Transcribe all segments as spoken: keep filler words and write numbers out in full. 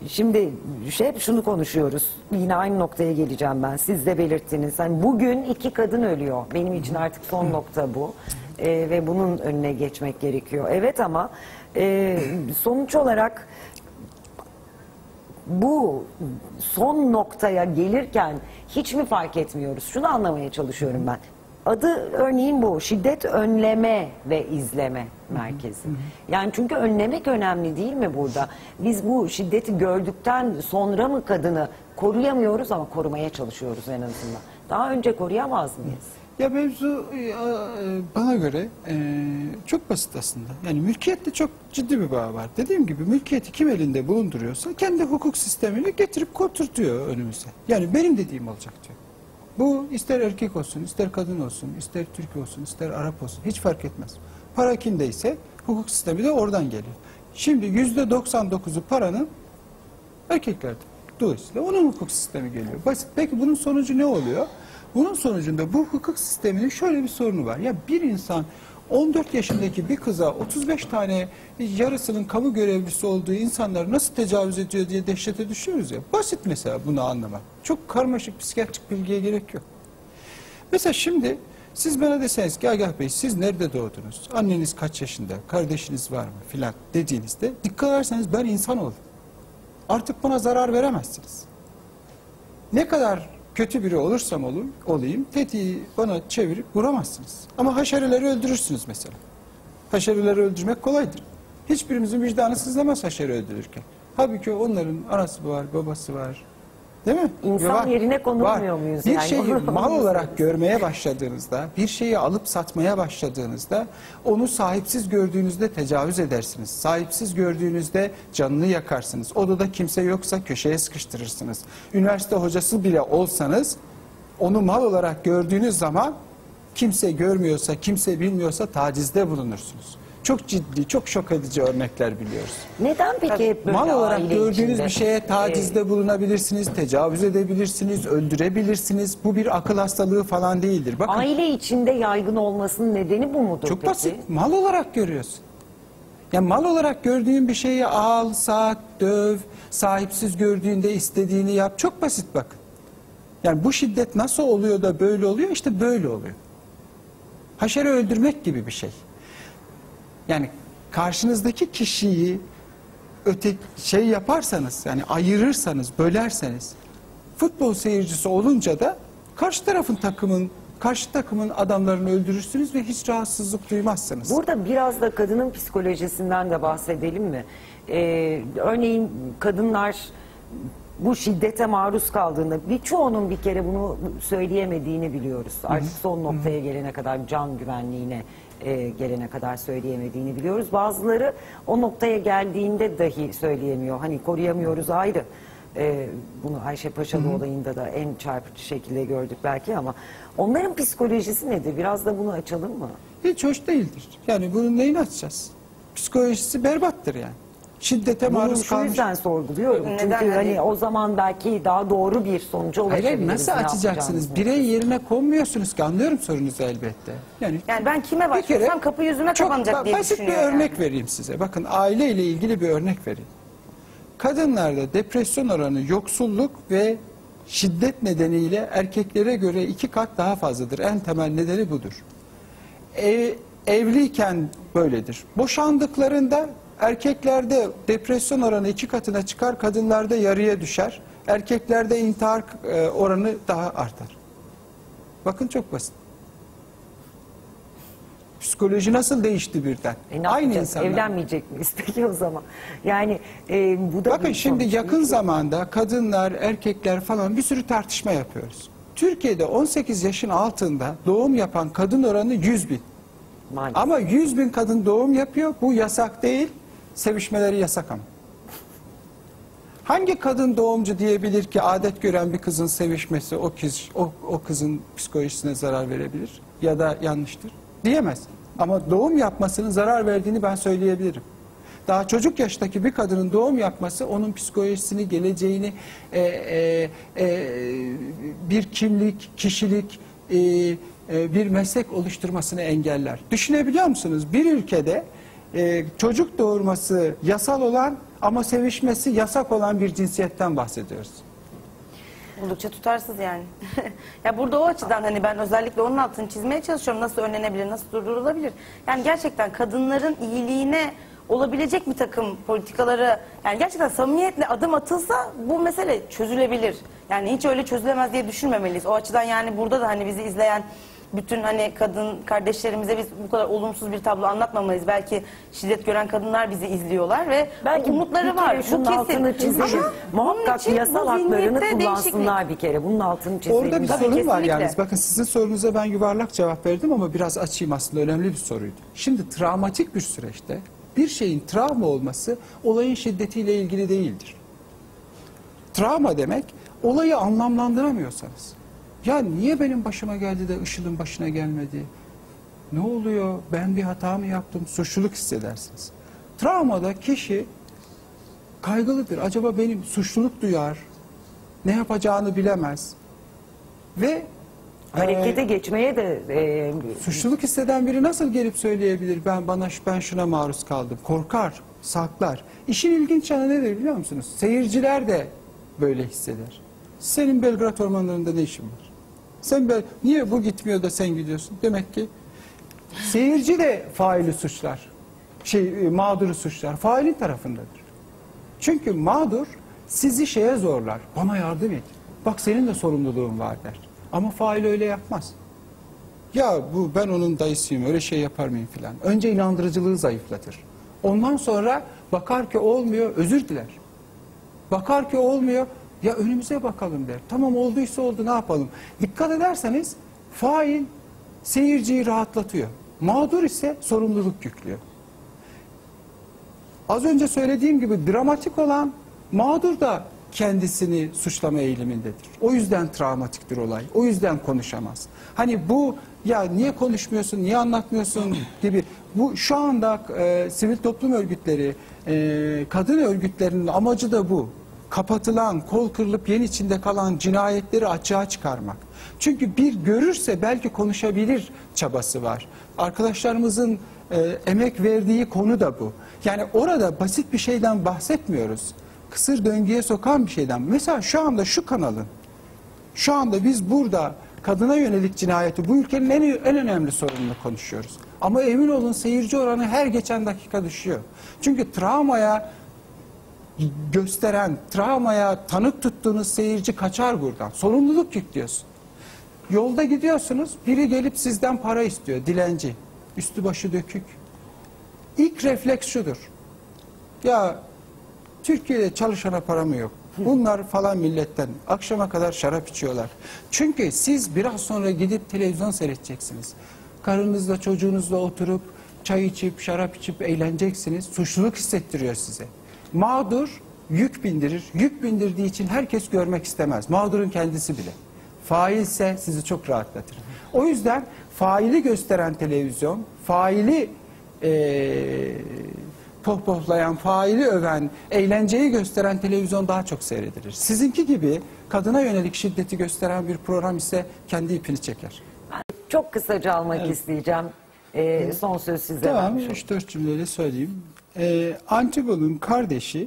Şimdi şey, hep şunu konuşuyoruz. Yine aynı noktaya geleceğim ben. Siz de belirttiniz. Hani bugün iki kadın ölüyor. Benim için artık son nokta bu. Ee, ve bunun önüne geçmek gerekiyor. Evet ama e, sonuç olarak bu son noktaya gelirken hiç mi fark etmiyoruz? Şunu anlamaya çalışıyorum ben. Adı örneğin bu, şiddet önleme ve izleme merkezi. Yani çünkü önlemek önemli değil mi burada? Biz bu şiddeti gördükten sonra mı kadını koruyamıyoruz ama korumaya çalışıyoruz en azından. Daha önce koruyamaz mıyız? Ya mevzu e, bana göre e, çok basit aslında. Yani mülkiyette çok ciddi bir bağ var. Dediğim gibi mülkiyeti kim elinde bulunduruyorsa kendi hukuk sistemini getirip koturtuyor önümüze. Yani benim dediğim olacak diyor. Bu ister erkek olsun, ister kadın olsun, ister Türk olsun, ister Arap olsun hiç fark etmez. Para kimdeyse hukuk sistemi de oradan geliyor. Şimdi yüzde doksan dokuzu paranın erkeklerde. Dolayısıyla onun hukuk sistemi geliyor. Basit. Peki bunun sonucu ne oluyor? Bunun sonucunda bu hukuk sisteminin şöyle bir sorunu var. Ya bir insan on dört yaşındaki bir kıza otuz beş tane yarısının kamu görevlisi olduğu insanları nasıl tecavüz ediyor diye dehşete düşüyoruz ya. Basit mesela bunu anlamak. Çok karmaşık psikiyatrik bilgiye gerek yok. Mesela şimdi siz bana deseniz ki Agah Bey siz nerede doğdunuz? Anneniz kaç yaşında? Kardeşiniz var mı? Filan dediğinizde dikkat ederseniz ben insan oldum. Artık bana zarar veremezsiniz. Ne kadar kötü biri olursam olayım, olayım tetiği bana çevirip vuramazsınız. Ama haşereleri öldürürsünüz mesela. Haşereleri öldürmek kolaydır. Hiçbirimizin vicdanı sızlamaz haşere öldürürken. Halbuki onların anası var, babası var. Değil mi? İnsan var, yerine konulmuyor var. muyuz? Bir yani? şeyi mal olarak görmeye başladığınızda, bir şeyi alıp satmaya başladığınızda, onu sahipsiz gördüğünüzde tecavüz edersiniz. Sahipsiz gördüğünüzde canını yakarsınız. Odada kimse yoksa köşeye sıkıştırırsınız. Üniversite hocası bile olsanız, onu mal olarak gördüğünüz zaman kimse görmüyorsa, kimse bilmiyorsa tacizde bulunursunuz. Çok ciddi, çok şok edici örnekler biliyoruz. Neden peki hep böyle Mal olarak aile gördüğünüz içinde? bir şeye tacizde bulunabilirsiniz, tecavüz edebilirsiniz, öldürebilirsiniz. Bu bir akıl hastalığı falan değildir. Bakın, Aile içinde yaygın olmasının nedeni bu mudur çok peki? basit. Mal olarak görüyorsun. Ya mal olarak gördüğün bir şeyi al, sat, döv, sahipsiz gördüğünde istediğini yap. Çok basit bakın. Yani bu şiddet nasıl oluyor da böyle oluyor? İşte böyle oluyor. Haşere öldürmek gibi bir şey. Yani karşınızdaki kişiyi öte şey yaparsanız, yani ayırırsanız, bölerseniz, futbol seyircisi olunca da karşı tarafın takımın, karşı takımın adamlarını öldürürsünüz ve hiç rahatsızlık duymazsınız. Burada biraz da kadının psikolojisinden de bahsedelim mi? Ee, örneğin kadınlar bu şiddete maruz kaldığında birçoğunun bir kere bunu söyleyemediğini biliyoruz. Artık son noktaya gelene kadar, can güvenliğine e, gelene kadar söyleyemediğini biliyoruz. Bazıları o noktaya geldiğinde dahi söyleyemiyor. Hani koruyamıyoruz ayrı. E, bunu Ayşe Paşalı Hı-hı. olayında da en çarpıcı şekilde gördük belki ama onların psikolojisi nedir? Biraz da bunu açalım mı? Hiç hoş değildir. Yani bunun neyini açacağız? Psikolojisi berbattır yani. Şiddete maruz Bunu şu kalmış. yüzden sorguluyorum. Neden Çünkü hani- hani o zaman belki daha doğru bir sonuca Hayır, ulaşabiliriz. nasıl Ne açacaksınız? yapacağımızı. Birey yerine konmuyorsunuz ki. Anlıyorum sorunuzu elbette. Yani Yani ben kime bir kere başvursam kapı yüzüme çok kapanacak ba- diye basit bir düşünüyorum. örnek yani. vereyim size. Bakın aile ile ilgili bir örnek vereyim. Kadınlarda depresyon oranı, yoksulluk ve şiddet nedeniyle erkeklere göre iki kat daha fazladır. En temel nedeni budur. E, evliyken böyledir. Boşandıklarında erkeklerde depresyon oranı iki katına çıkar, kadınlarda yarıya düşer. Erkeklerde intihar e, oranı daha artar. Bakın çok basit. Psikoloji nasıl değişti birden? E ne Aynı yapacağız? insanlar. Evlenmeyecek miyiz peki o zaman? Yani e, bu da Bakın bir şimdi sonuç. yakın zamanda kadınlar, erkekler falan bir sürü tartışma yapıyoruz. Türkiye'de on sekiz yaşın altında doğum yapan kadın oranı yüz bin. Maalesef. Ama yüz bin kadın doğum yapıyor. Bu yasak değil. Sevişmeleri yasak ama. Hangi kadın doğumcu diyebilir ki adet gören bir kızın sevişmesi o kız o, o kızın psikolojisine zarar verebilir ya da yanlıştır? Diyemez. Ama doğum yapmasının zarar verdiğini ben söyleyebilirim. Daha çocuk yaştaki bir kadının doğum yapması onun psikolojisini, geleceğini, e, e, e, bir kimlik, kişilik, e, e, bir meslek oluşturmasını engeller. Düşünebiliyor musunuz? Bir ülkede e, çocuk doğurması yasal olan Ama sevişmesi yasak olan bir cinsiyetten bahsediyoruz. Oldukça tutarsız yani. Ya burada o açıdan hani ben özellikle onun altını çizmeye çalışıyorum. Nasıl önlenebilir, nasıl durdurulabilir? Yani gerçekten kadınların iyiliğine olabilecek bir takım politikaları, yani gerçekten samimiyetle adım atılsa bu mesele çözülebilir. Yani hiç öyle çözülemez diye düşünmemeliyiz. O açıdan yani burada da hani bizi izleyen bütün hani kadın kardeşlerimize biz bu kadar olumsuz bir tablo anlatmamalıyız. Belki şiddet gören kadınlar bizi izliyorlar ve Belki umutları bir var. kere Bu şunun kesin. altını çizelim. Ama Muhakkak bunun için yasal bu haklarını zihniyette kullansınlar bir kere. Bunun altını çizelim. Orada bir Tabii, sorun var kesinlikle. yalnız. Bakın sizin sorunuza ben yuvarlak cevap verdim ama biraz açayım, aslında önemli bir soruydu. Şimdi travmatik bir süreçte bir şeyin travma olması olayın şiddetiyle ilgili değildir. Travma demek olayı anlamlandıramıyorsanız. Ya niye benim başıma geldi de Işıl'ın başına gelmedi? Ne oluyor? Ben bir hata mı yaptım? Suçluluk hissedersiniz. Travmada kişi kaygılıdır. Acaba benim suçluluk duyar, ne yapacağını bilemez. Ve Harekete e, geçmeye de e, suçluluk hisseden biri nasıl gelip söyleyebilir? Ben bana ben şuna maruz kaldım. Korkar, saklar. İşin ilginç yanı nedir biliyor musunuz? Seyirciler de böyle hisseder. Senin Belgrad ormanlarında ne işin var? Sen Bel niye bu gitmiyor da sen gidiyorsun? Demek ki seyirci de faili suçlar. Şey mağduru suçlar. Failin tarafındadır. Çünkü mağdur sizi şeye zorlar. Bana yardım et. Bak senin de sorumluluğun var der. Ama fail öyle yapmaz. Ya bu ben onun dayısıyım, öyle şey yapar mıyım filan. Önce inandırıcılığı zayıflatır. Ondan sonra bakar ki olmuyor, özür diler. Bakar ki olmuyor, ya önümüze bakalım der. Tamam olduysa oldu, ne yapalım? Dikkat ederseniz fail seyirciyi rahatlatıyor. Mağdur ise sorumluluk yüklüyor. Az önce söylediğim gibi dramatik olan mağdur da kendisini suçlama eğilimindedir. O yüzden travmatiktir olay. O yüzden konuşamaz. Hani bu ya niye konuşmuyorsun, niye anlatmıyorsun gibi. Bu şu anda e, sivil toplum örgütleri, e, kadın örgütlerinin amacı da bu. Kapatılan, kol kırılıp yen içinde kalan cinayetleri açığa çıkarmak. Çünkü bir görürse belki konuşabilir çabası var. Arkadaşlarımızın e, emek verdiği konu da bu. Yani orada basit bir şeyden bahsetmiyoruz. Kısır döngüye sokan bir şeyden. Mesela şu anda şu kanalın, şu anda biz burada kadına yönelik cinayeti, bu ülkenin en, en önemli sorununu konuşuyoruz. Ama emin olun seyirci oranı her geçen dakika düşüyor. Çünkü travmaya gösteren, travmaya tanık tuttuğunuz seyirci kaçar buradan. Sorumluluk yüklüyorsun. Yolda gidiyorsunuz, biri gelip sizden para istiyor, dilenci. Üstü başı dökük. İlk refleks şudur. Ya Türkiye'de çalışana para mı yok? Bunlar falan milletten akşama kadar şarap içiyorlar. Çünkü siz biraz sonra gidip televizyon seyredeceksiniz. Karınızla çocuğunuzla oturup çay içip şarap içip eğleneceksiniz. Suçluluk hissettiriyor size. Mağdur yük bindirir. Yük bindirdiği için herkes görmek istemez. Mağdurun kendisi bile. Failse sizi çok rahatlatır. O yüzden faili gösteren televizyon, faili ee, pohpohlayan, faili öven, eğlenceyi gösteren televizyon daha çok seyredilir. Sizinki gibi kadına yönelik şiddeti gösteren bir program ise kendi ipini çeker. çok kısaca almak Evet. isteyeceğim. E, son söz size. Tamam, vermiş olayım. üç dört cümleyle söyleyeyim. Ee, Antigone'un kardeşi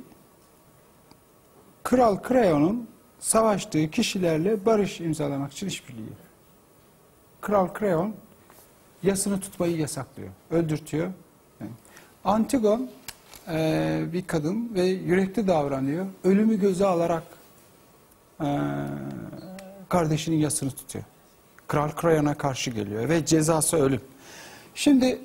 Kral Kreon'un savaştığı kişilerle barış imzalamak için işbirliği yapıyor. Kral Kreon yasını tutmayı yasaklıyor, öldürtüyor. Yani Antigone e, bir kadın ve yürekli davranıyor. Ölümü göze alarak e, kardeşinin yasını tutuyor. Kral Kreon'a karşı geliyor ve cezası ölüm. Şimdi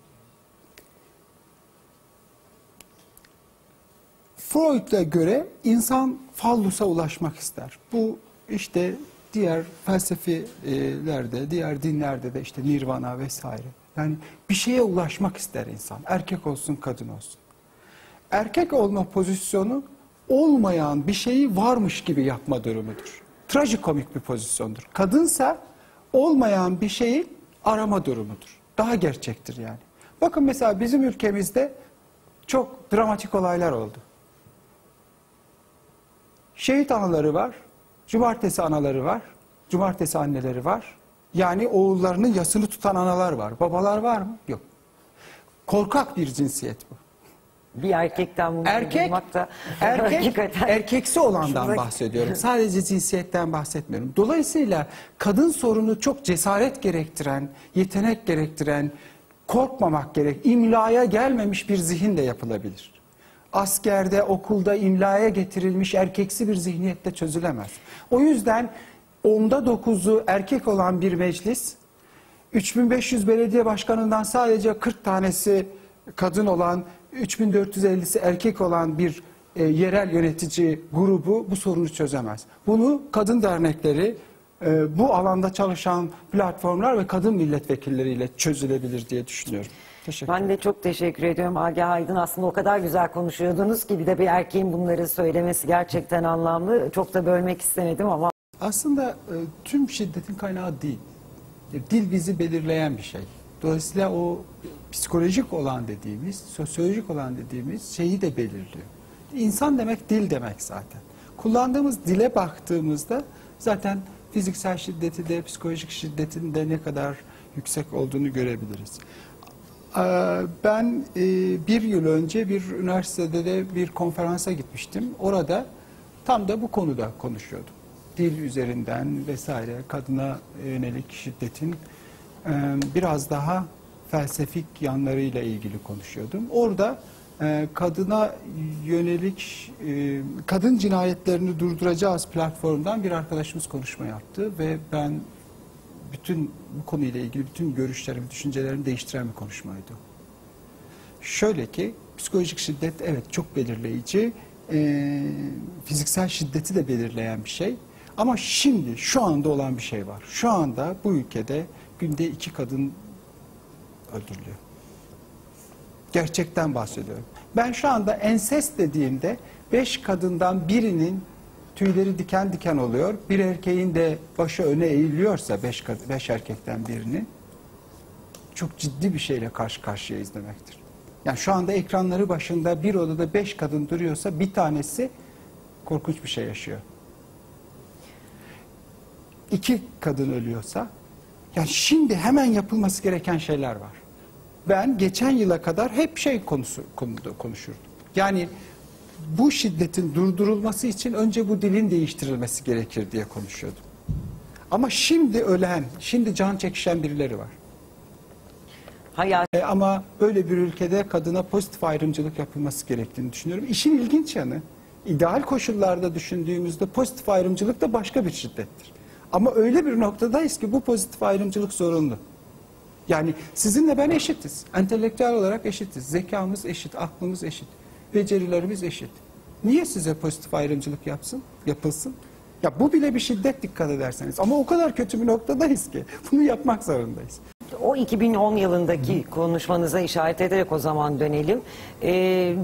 Freud'a göre insan fallusa ulaşmak ister. Bu işte diğer felsefelerde, diğer dinlerde de işte nirvana vesaire. Yani bir şeye ulaşmak ister insan. Erkek olsun, kadın olsun. Erkek olma pozisyonu olmayan bir şeyi varmış gibi yapma durumudur. Trajikomik bir pozisyondur. Kadınsa olmayan bir şeyi arama durumudur. Daha gerçektir yani. Bakın mesela bizim ülkemizde çok dramatik olaylar oldu. Şehit anaları var, cumartesi anaları var, cumartesi anneleri var. Yani oğullarının yasını tutan analar var. Babalar var mı? Yok. Korkak bir cinsiyet bu. Bir erkekten bunu Erkek, duymak da erkek hakikaten erkeksi olandan hoşumuza- bahsediyorum. Sadece cinsiyetten bahsetmiyorum. Dolayısıyla kadın sorunu çok cesaret gerektiren, yetenek gerektiren, korkmamak gerek, imlaya gelmemiş bir zihinle yapılabilir. Askerde, okulda imlaya getirilmiş erkeksi bir zihniyette çözülemez. O yüzden onda dokuzu erkek olan bir meclis, üç bin beş yüz belediye başkanından sadece kırk tanesi kadın olan, üç bin dört yüz ellisi erkek olan bir e, yerel yönetici grubu bu sorunu çözemez. Bunu kadın dernekleri, e, bu alanda çalışan platformlar ve kadın milletvekilleriyle çözülebilir diye düşünüyorum. Teşekkür ederim. Ben de çok teşekkür ediyorum. Agah Aydın, aslında o kadar güzel konuşuyordunuz ki bir de bir erkeğin bunları söylemesi gerçekten anlamlı. Çok da bölmek istemedim ama Aslında e, tüm şiddetin kaynağı dil. E, Dil bizi belirleyen bir şey. Dolayısıyla o psikolojik olan dediğimiz, sosyolojik olan dediğimiz şeyi de belirliyor. İnsan demek dil demek zaten. Kullandığımız dile baktığımızda zaten fiziksel şiddeti de psikolojik şiddetin de ne kadar yüksek olduğunu görebiliriz. Ee, Ben e, bir yıl önce bir üniversitede de bir konferansa gitmiştim. Orada tam da bu konuda konuşuyordum. Dil üzerinden vesaire kadına yönelik şiddetin e, biraz daha felsefik yanlarıyla ilgili konuşuyordum. Orada e, kadına yönelik e, kadın cinayetlerini durduracağız platformdan bir arkadaşımız konuşma yaptı ve ben bütün bu konuyla ilgili bütün görüşlerimi, düşüncelerimi değiştiren bir konuşmaydı. Şöyle ki psikolojik şiddet evet çok belirleyici, e, fiziksel şiddeti de belirleyen bir şey. Ama şimdi şu anda olan bir şey var. Şu anda bu ülkede günde iki kadın öldürülüyor. Gerçekten bahsediyorum. Ben şu anda ensest dediğimde beş kadından birinin tüyleri diken diken oluyor. Bir erkeğin de başı öne eğiliyorsa beş, beş erkekten birinin çok ciddi bir şeyle karşı karşıyayız demektir. Yani şu anda ekranları başında bir odada beş kadın duruyorsa bir tanesi korkunç bir şey yaşıyor. İki kadın ölüyorsa, yani şimdi hemen yapılması gereken şeyler var. Ben geçen yıla kadar hep şey konusu konuda konuşurdum. Yani bu şiddetin durdurulması için önce bu dilin değiştirilmesi gerekir diye konuşuyordum. Ama şimdi ölen, şimdi can çekişen birileri var. hayat E, ama böyle bir ülkede kadına pozitif ayrımcılık yapılması gerektiğini düşünüyorum. İşin ilginç yanı, ideal koşullarda düşündüğümüzde pozitif ayrımcılık da başka bir şiddettir. Ama öyle bir noktadayız ki bu pozitif ayrımcılık zorunlu. Yani sizinle ben eşitiz. Entelektüel olarak eşitiz. Zekamız eşit, aklımız eşit. Becerilerimiz eşit. Niye size pozitif ayrımcılık yapsın, yapılsın? Ya bu bile bir şiddet dikkat ederseniz. Ama o kadar kötü bir noktadayız ki bunu yapmak zorundayız. o iki bin on yılındaki konuşmanıza işaret ederek o zaman dönelim. Ee,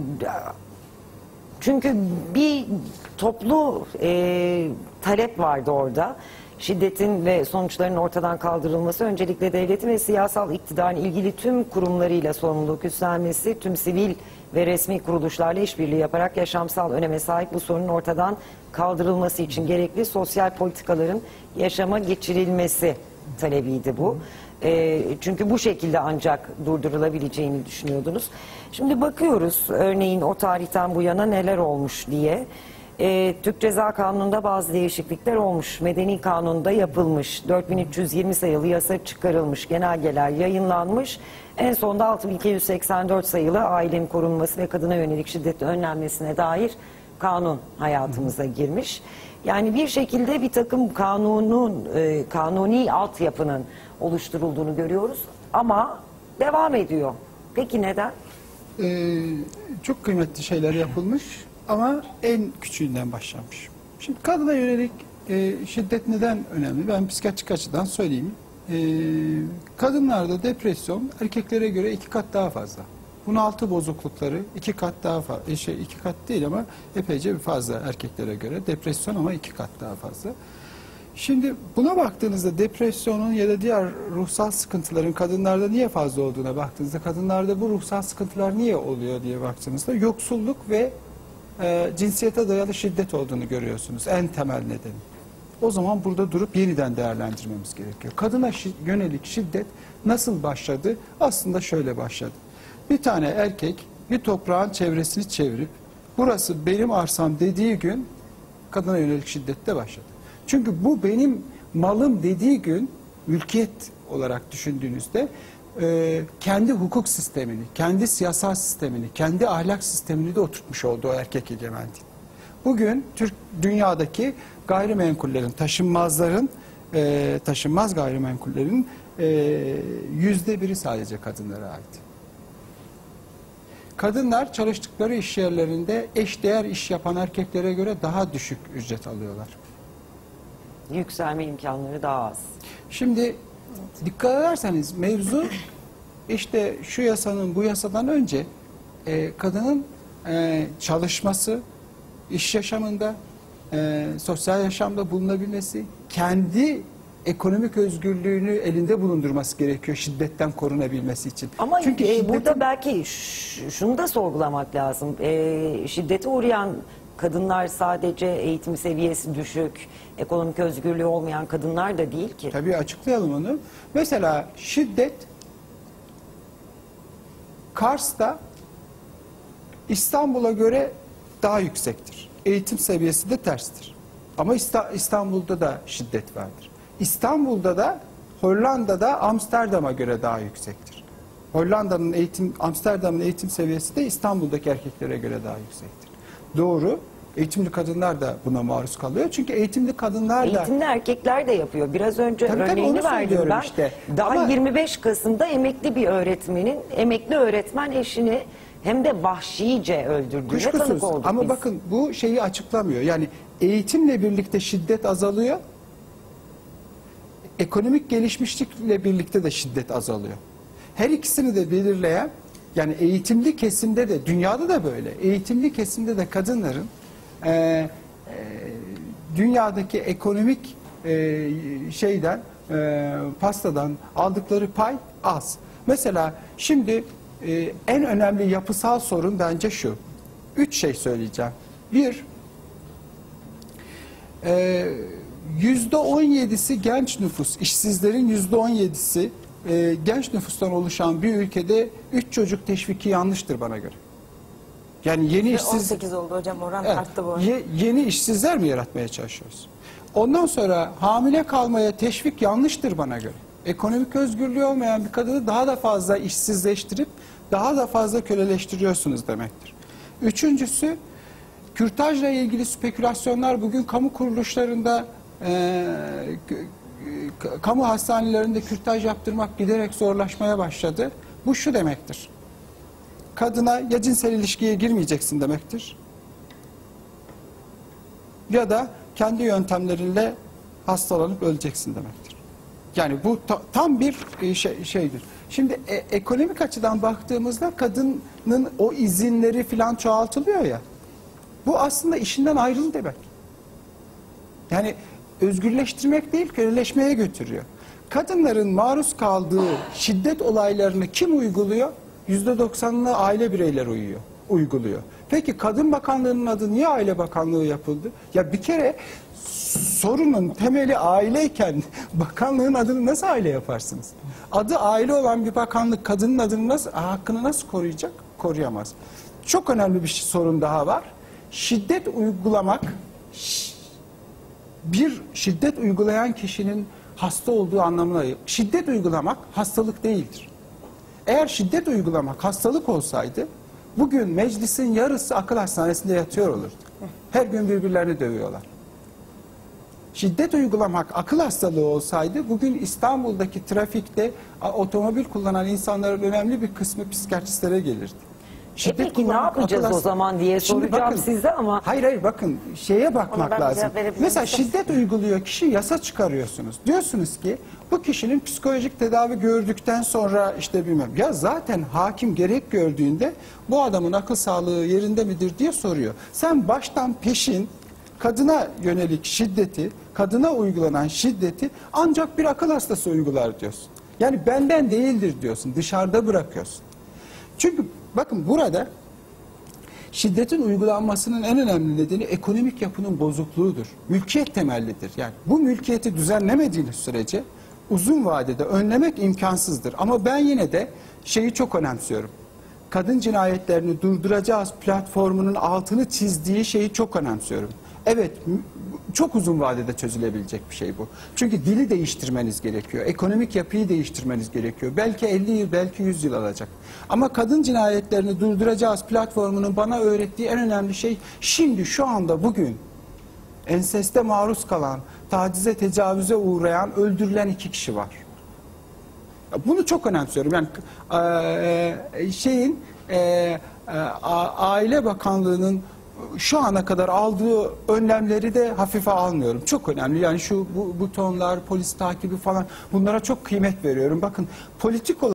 çünkü bir toplu e, talep vardı orada. Şiddetin ve sonuçlarının ortadan kaldırılması, öncelikle devletin ve siyasal iktidarın ilgili tüm kurumlarıyla sorumluluk üstlenmesi, tüm sivil ve resmi kuruluşlarla işbirliği yaparak yaşamsal öneme sahip bu sorunun ortadan kaldırılması için gerekli sosyal politikaların yaşama geçirilmesi talebiydi bu. E, çünkü bu şekilde ancak durdurulabileceğini düşünüyordunuz. Şimdi bakıyoruz örneğin o tarihten bu yana neler olmuş diye. E, Türk Ceza Kanunu'nda bazı değişiklikler olmuş. Medeni Kanun'da yapılmış. dört bin üç yüz yirmi sayılı yasa çıkarılmış. Genelgeler yayınlanmış. En sonunda altı bin iki yüz seksen dört sayılı ailenin korunması ve kadına yönelik şiddetin önlenmesine dair kanun hayatımıza girmiş. Yani bir şekilde bir takım kanunun, e, kanuni altyapının oluşturulduğunu görüyoruz. Ama devam ediyor. Peki neden? Ee, çok kıymetli şeyler yapılmış ama en küçüğünden başlanmış. Şimdi kadına yönelik e, şiddet neden önemli? Ben psikiyatrik açıdan söyleyeyim. E, kadınlarda depresyon erkeklere göre iki kat daha fazla. Bunaltı bozuklukları iki kat daha fazla. Şey, iki kat değil ama epeyce bir fazla erkeklere göre. Depresyon ama iki kat daha fazla. Şimdi buna baktığınızda depresyonun ya da diğer ruhsal sıkıntıların kadınlarda niye fazla olduğuna baktığınızda, kadınlarda bu ruhsal sıkıntılar niye oluyor diye baktığınızda yoksulluk ve e, cinsiyete dayalı şiddet olduğunu görüyorsunuz. En temel nedeni. O zaman burada durup yeniden değerlendirmemiz gerekiyor. Kadına şi- yönelik şiddet nasıl başladı? Aslında şöyle başladı. Bir tane erkek bir toprağın çevresini çevirip burası benim arsam dediği gün kadına yönelik şiddette başladı. Çünkü bu benim malım dediği gün mülkiyet olarak düşündüğünüzde e, kendi hukuk sistemini, kendi siyasal sistemini, kendi ahlak sistemini de oturtmuş oldu o erkek egemen din. Bugün Türk dünyadaki gayrimenkullerin, taşınmazların, e, taşınmaz gayrimenkullerin e, yüzde biri sadece kadınlara ait. Kadınlar çalıştıkları iş yerlerinde eşdeğer iş yapan erkeklere göre daha düşük ücret alıyorlar. Yükselme imkanları daha az. Şimdi dikkat ederseniz mevzu işte şu yasanın bu yasadan önce e, kadının e, çalışması, iş yaşamında, e, sosyal yaşamda bulunabilmesi, kendi ekonomik özgürlüğünü elinde bulundurması gerekiyor şiddetten korunabilmesi için. Ama Çünkü e, şiddetin- burada belki ş- şunu da sorgulamak lazım. E, şiddete uğrayan kadınlar sadece eğitim seviyesi düşük, ekonomik özgürlüğü olmayan kadınlar da değil ki. Tabii açıklayalım onu. Mesela şiddet Kars'ta İstanbul'a göre daha yüksektir. Eğitim seviyesi de terstir. Ama İsta- İstanbul'da da şiddet vardır. İstanbul'da da Hollanda'da Amsterdam'a göre daha yüksektir. Hollanda'nın eğitim, Amsterdam'ın eğitim seviyesi de İstanbul'daki erkeklere göre daha yüksektir. Doğru. Eğitimli kadınlar da buna maruz kalıyor. Çünkü eğitimli kadınlar da... Eğitimli erkekler de yapıyor. Biraz önce Tabii tabii, örneğini onu verdim söylüyorum ben. işte. Daha Ama- yirmi beş Kasım'da emekli bir öğretmenin, emekli öğretmen eşini hem de vahşice öldürdüğüne Kuşkusuz. tanık olduk Ama biz. bakın bu şeyi açıklamıyor. Yani eğitimle birlikte şiddet azalıyor. Ekonomik gelişmişlikle birlikte de şiddet azalıyor. Her ikisini de belirleyen, yani eğitimli kesimde de, dünyada da böyle, eğitimli kesimde de kadınların e, e, dünyadaki ekonomik e, şeyden, e, pastadan aldıkları pay az. Mesela şimdi e, en önemli yapısal sorun bence şu. Üç şey söyleyeceğim. Bir, e, yüzde on yedisi genç nüfus, işsizlerin yüzde on yedisi e, genç nüfustan oluşan bir ülkede üç çocuk teşviki yanlıştır bana göre. Yani yeni Ve on işsiz sekiz oldu hocam, oran Evet, arttı bu arada. ye- yeni işsizler mi yaratmaya çalışıyoruz? Ondan sonra hamile kalmaya teşvik yanlıştır bana göre. Ekonomik özgürlüğü olmayan bir kadını daha da fazla işsizleştirip daha da fazla köleleştiriyorsunuz demektir. Üçüncüsü, kürtajla ilgili spekülasyonlar bugün kamu kuruluşlarında, e, k- kamu hastanelerinde kürtaj yaptırmak giderek zorlaşmaya başladı. Bu şu demektir: kadına ya cinsel ilişkiye girmeyeceksin demektir, ya da kendi yöntemlerinle hastalanıp öleceksin demektir. Yani bu ta- tam bir e, şey, şeydir. Şimdi e, ekonomik açıdan baktığımızda kadının o izinleri filan çoğaltılıyor ya. Bu aslında işinden ayrıl demek. Yani özgürleştirmek değil, köleleşmeye götürüyor. Kadınların maruz kaldığı şiddet olaylarını kim uyguluyor? yüzde doksanını aile bireyleri uyuyor, uyguluyor. Peki Kadın Bakanlığı'nın adı niye Aile Bakanlığı yapıldı? Ya bir kere sorunun temeli aileyken bakanlığın adını nasıl aile yaparsınız? Adı aile olan bir bakanlık kadının adını nasıl, hakkını nasıl koruyacak? Koruyamaz. Çok önemli bir şey, sorun daha var. Şiddet uygulamak, bir şiddet uygulayan kişinin hasta olduğu anlamına değil. Şiddet uygulamak hastalık değildir. Eğer şiddet uygulamak hastalık olsaydı bugün meclisin yarısı akıl hastanesinde yatıyor olurdu. Her gün birbirlerini dövüyorlar. Şiddet uygulamak akıl hastalığı olsaydı bugün İstanbul'daki trafikte a- otomobil kullanan insanların önemli bir kısmı psikiyatristlere gelirdi. E peki ne kullanmak yapacağız akıl o hasta- zaman diye Şimdi soracağım bakın, size ama. Hayır hayır bakın şeye Ona bakmak ben bir lazım. cevap verebilir Mesela miyim? şiddet uyguluyor kişi, yasa çıkarıyorsunuz. Diyorsunuz ki bu kişinin psikolojik tedavi gördükten sonra işte bilmem. Ya zaten hakim gerek gördüğünde bu adamın akıl sağlığı yerinde midir diye soruyor. Sen baştan peşin kadına yönelik şiddeti, kadına uygulanan şiddeti ancak bir akıl hastası uygular diyorsun. Yani benden değildir diyorsun, dışarıda bırakıyorsun. Çünkü bakın burada şiddetin uygulanmasının en önemli nedeni ekonomik yapının bozukluğudur. Mülkiyet temellidir. Yani bu mülkiyeti düzenlemediğiniz sürece uzun vadede önlemek imkansızdır. Ama ben yine de şeyi çok önemsiyorum. kadın cinayetlerini durduracağız platformunun altını çizdiği şeyi çok önemsiyorum. Evet, m- çok uzun vadede çözülebilecek bir şey bu. Çünkü dili değiştirmeniz gerekiyor. Ekonomik yapıyı değiştirmeniz gerekiyor. Belki elli yıl, belki yüz yıl alacak. Ama kadın cinayetlerini durduracağız platformunun bana öğrettiği en önemli şey şimdi, şu anda, bugün enseste maruz kalan, tacize, tecavüze uğrayan, öldürülen iki kişi var. Bunu çok önemsiyorum. Yani e, şeyin e, e, Aile Bakanlığı'nın şu ana kadar aldığı önlemleri de hafife almıyorum. Çok önemli. Yani şu bu butonlar, polis takibi falan, bunlara çok kıymet veriyorum. Bakın, politik olarak